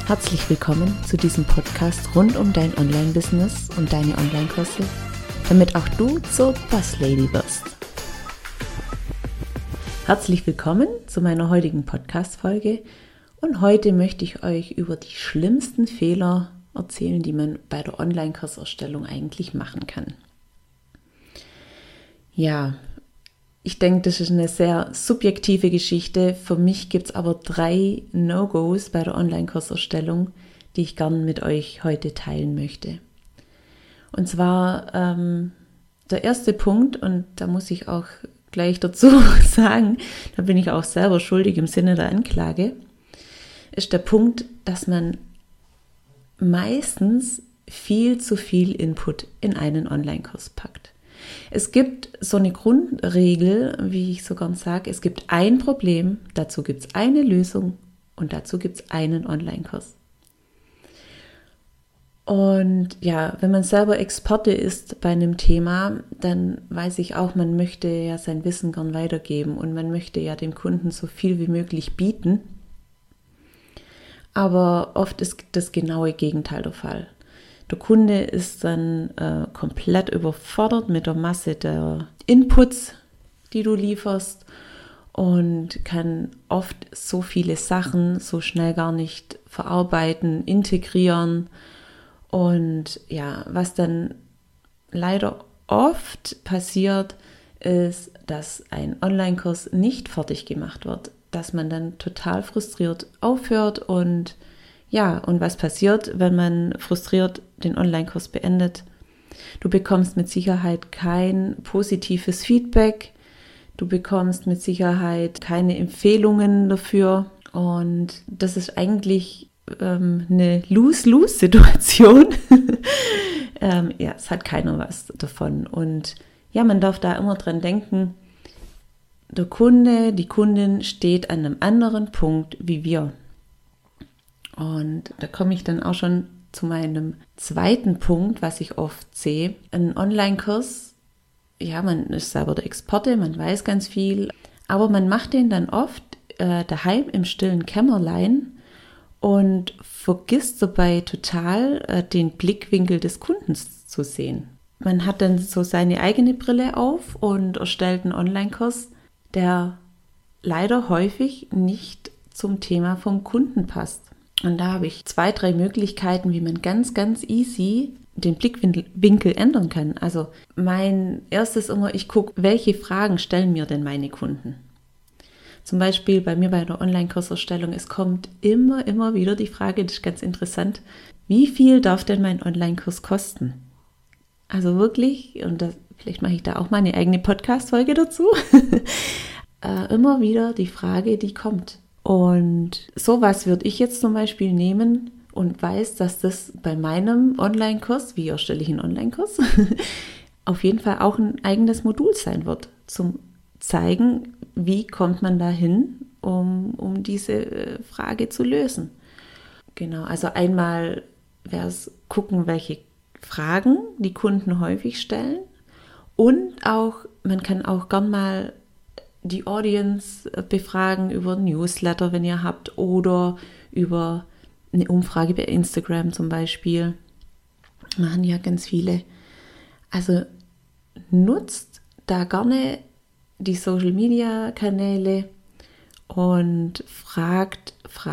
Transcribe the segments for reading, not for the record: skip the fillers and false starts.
Herzlich willkommen zu diesem Podcast rund um dein Online-Business und deine Online-Kurse, damit auch du zur Boss-Lady wirst. Herzlich willkommen zu meiner heutigen Podcast-Folge und heute möchte ich euch über die schlimmsten Fehler erzählen, die man bei der Online-Kurserstellung eigentlich machen kann. Ja, ich denke, das ist eine sehr subjektive Geschichte. Für mich gibt es aber 3 No-Gos bei der Online-Kurserstellung, die ich gerne mit euch heute teilen möchte. Und zwar der erste Punkt, und da muss ich auch gleich dazu sagen, da bin ich auch selber schuldig im Sinne der Anklage, ist der Punkt, dass man meistens viel zu viel Input in einen Online-Kurs packt. Es gibt so eine Grundregel, wie ich so gern sage, es gibt ein Problem, dazu gibt es eine Lösung und dazu gibt es einen Online-Kurs. Und ja, wenn man selber Experte ist bei einem Thema, dann weiß ich auch, man möchte ja sein Wissen gern weitergeben und man möchte ja dem Kunden so viel wie möglich bieten. Aber oft ist das genaue Gegenteil der Fall. Der Kunde ist dann komplett überfordert mit der Masse der Inputs, die du lieferst und kann oft so viele Sachen so schnell gar nicht verarbeiten, integrieren. Und ja, was dann leider oft passiert, ist, dass ein Online-Kurs nicht fertig gemacht wird, dass man dann total frustriert aufhört und ja, und was passiert, wenn man frustriert den Online-Kurs beendet? Du bekommst mit Sicherheit kein positives Feedback, du bekommst mit Sicherheit keine Empfehlungen dafür und das ist eigentlich eine Lose-Lose-Situation. Ja, es hat keiner was davon und ja, man darf da immer dran denken, der Kunde, die Kundin steht an einem anderen Punkt wie wir. Und da komme ich dann auch schon zu meinem zweiten Punkt, was ich oft sehe. Ein Online-Kurs, ja, man ist selber der Experte, man weiß ganz viel, aber man macht den dann oft daheim im stillen Kämmerlein und vergisst dabei total den Blickwinkel des Kundens zu sehen. Man hat dann so seine eigene Brille auf und erstellt einen Online-Kurs, der leider häufig nicht zum Thema vom Kunden passt. Und da habe ich 2, 3 Möglichkeiten, wie man ganz, ganz easy den Blickwinkel ändern kann. Also mein erstes immer, ich gucke, welche Fragen stellen mir denn meine Kunden? Zum Beispiel bei mir bei der Online-Kurserstellung, es kommt immer wieder die Frage, das ist ganz interessant, wie viel darf denn mein Online-Kurs kosten? Also wirklich, und vielleicht mache ich da auch mal eine eigene Podcast-Folge dazu, immer wieder die Frage, die kommt. Und sowas würde ich jetzt zum Beispiel nehmen und weiß, dass das bei meinem Online-Kurs, wie erstelle ich einen Online-Kurs, auf jeden Fall auch ein eigenes Modul sein wird, zum zeigen, wie kommt man da hin, um diese Frage zu lösen. Genau, also einmal wäre es gucken, welche Fragen die Kunden häufig stellen und auch, man kann auch gern mal die Audience befragen über Newsletter, wenn ihr habt, oder über eine Umfrage bei Instagram zum Beispiel. Machen ja ganz viele. Also nutzt da gerne die Social-Media-Kanäle und fragt.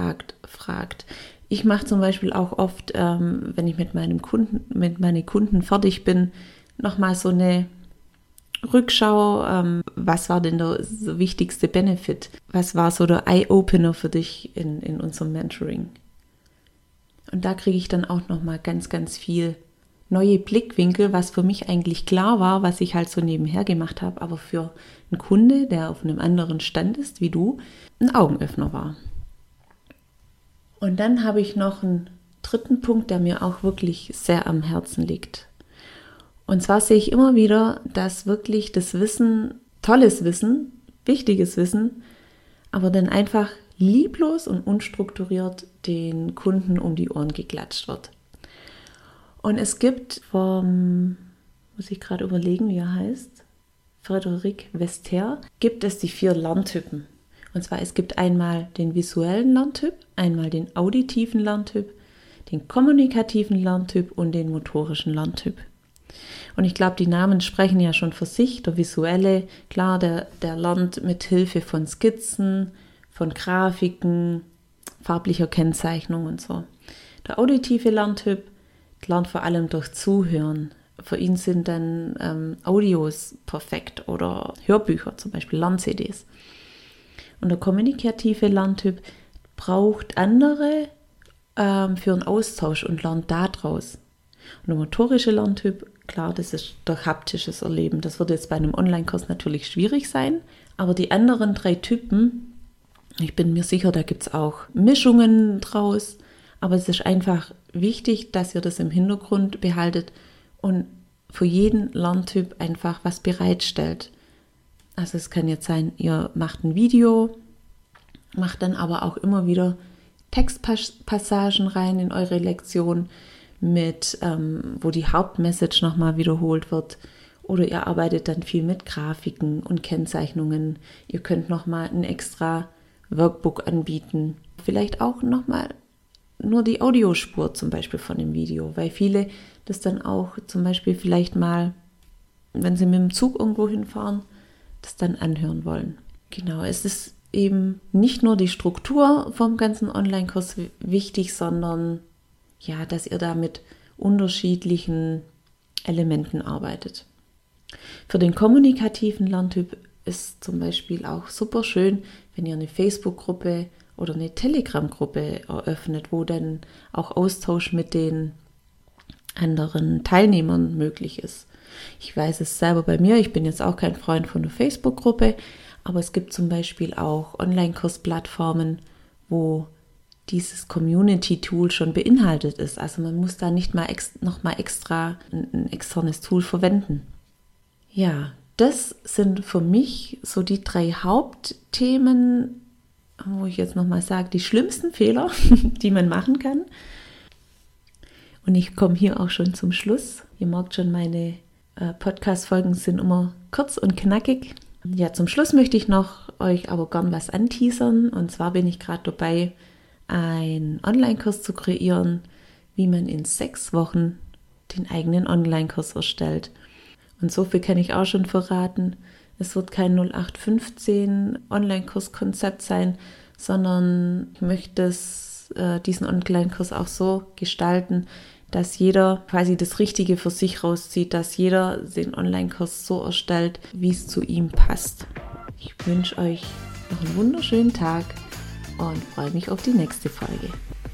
Ich mache zum Beispiel auch oft, wenn ich mit meinen Kunden fertig bin, nochmal so eine Rückschau, was war denn der wichtigste Benefit? Was war so der Eye-Opener für dich in unserem Mentoring? Und da kriege ich dann auch nochmal ganz, ganz viel neue Blickwinkel, was für mich eigentlich klar war, was ich halt so nebenher gemacht habe, aber für einen Kunde, der auf einem anderen Stand ist wie du, ein Augenöffner war. Und dann habe ich noch einen dritten Punkt, der mir auch wirklich sehr am Herzen liegt. Und zwar sehe ich immer wieder, dass wirklich das Wissen, tolles Wissen, wichtiges Wissen, aber dann einfach lieblos und unstrukturiert den Kunden um die Ohren geklatscht wird. Und es gibt muss ich gerade überlegen, wie er heißt, Frédéric Wester, gibt es die 4 Lerntypen. Und zwar, es gibt einmal den visuellen Lerntyp, einmal den auditiven Lerntyp, den kommunikativen Lerntyp und den motorischen Lerntyp. Und ich glaube, die Namen sprechen ja schon für sich. Der visuelle, klar, der lernt mit Hilfe von Skizzen, von Grafiken, farblicher Kennzeichnung und so. Der auditive Lerntyp lernt vor allem durch Zuhören. Für ihn sind dann Audios perfekt oder Hörbücher, zum Beispiel Lern-CDs. Und der kommunikative Lerntyp braucht andere für einen Austausch und lernt daraus. Und der motorische Lerntyp, klar, das ist durch haptisches Erleben. Das wird jetzt bei einem Online-Kurs natürlich schwierig sein, aber die anderen 3 Typen, ich bin mir sicher, da gibt es auch Mischungen draus, aber es ist einfach wichtig, dass ihr das im Hintergrund behaltet und für jeden Lerntyp einfach was bereitstellt. Also es kann jetzt sein, ihr macht ein Video, macht dann aber auch immer wieder Textpassagen rein in eure Lektion, mit, wo die Hauptmessage nochmal wiederholt wird. Oder ihr arbeitet dann viel mit Grafiken und Kennzeichnungen. Ihr könnt nochmal ein extra Workbook anbieten. Vielleicht auch nochmal nur die Audiospur zum Beispiel von dem Video, weil viele das dann auch zum Beispiel vielleicht mal, wenn sie mit dem Zug irgendwo hinfahren, das dann anhören wollen. Genau, es ist eben nicht nur die Struktur vom ganzen Online-Kurs wichtig, sondern ja, dass ihr da mit unterschiedlichen Elementen arbeitet. Für den kommunikativen Lerntyp ist zum Beispiel auch super schön, wenn ihr eine Facebook-Gruppe oder eine Telegram-Gruppe eröffnet, wo dann auch Austausch mit den anderen Teilnehmern möglich ist. Ich weiß es selber bei mir, ich bin jetzt auch kein Freund von einer Facebook-Gruppe, aber es gibt zum Beispiel auch Online-Kurs-Plattformen, wo dieses Community-Tool schon beinhaltet ist. Also man muss da nicht mal nochmal extra ein externes Tool verwenden. Ja, das sind für mich so die 3 Hauptthemen, wo ich jetzt nochmal sage, die schlimmsten Fehler, die man machen kann. Und ich komme hier auch schon zum Schluss. Ihr merkt schon, meine Podcast-Folgen sind immer kurz und knackig. Ja, zum Schluss möchte ich noch euch aber gern was anteasern. Und zwar bin ich gerade dabei, einen Online-Kurs zu kreieren, wie man in 6 Wochen den eigenen Online-Kurs erstellt. Und so viel kann ich auch schon verraten. Es wird kein 0815 Online-Kurs-Konzept sein, sondern ich möchte diesen Online-Kurs auch so gestalten, dass jeder quasi das Richtige für sich rauszieht, dass jeder den Online-Kurs so erstellt, wie es zu ihm passt. Ich wünsche euch noch einen wunderschönen Tag und freue mich auf die nächste Folge.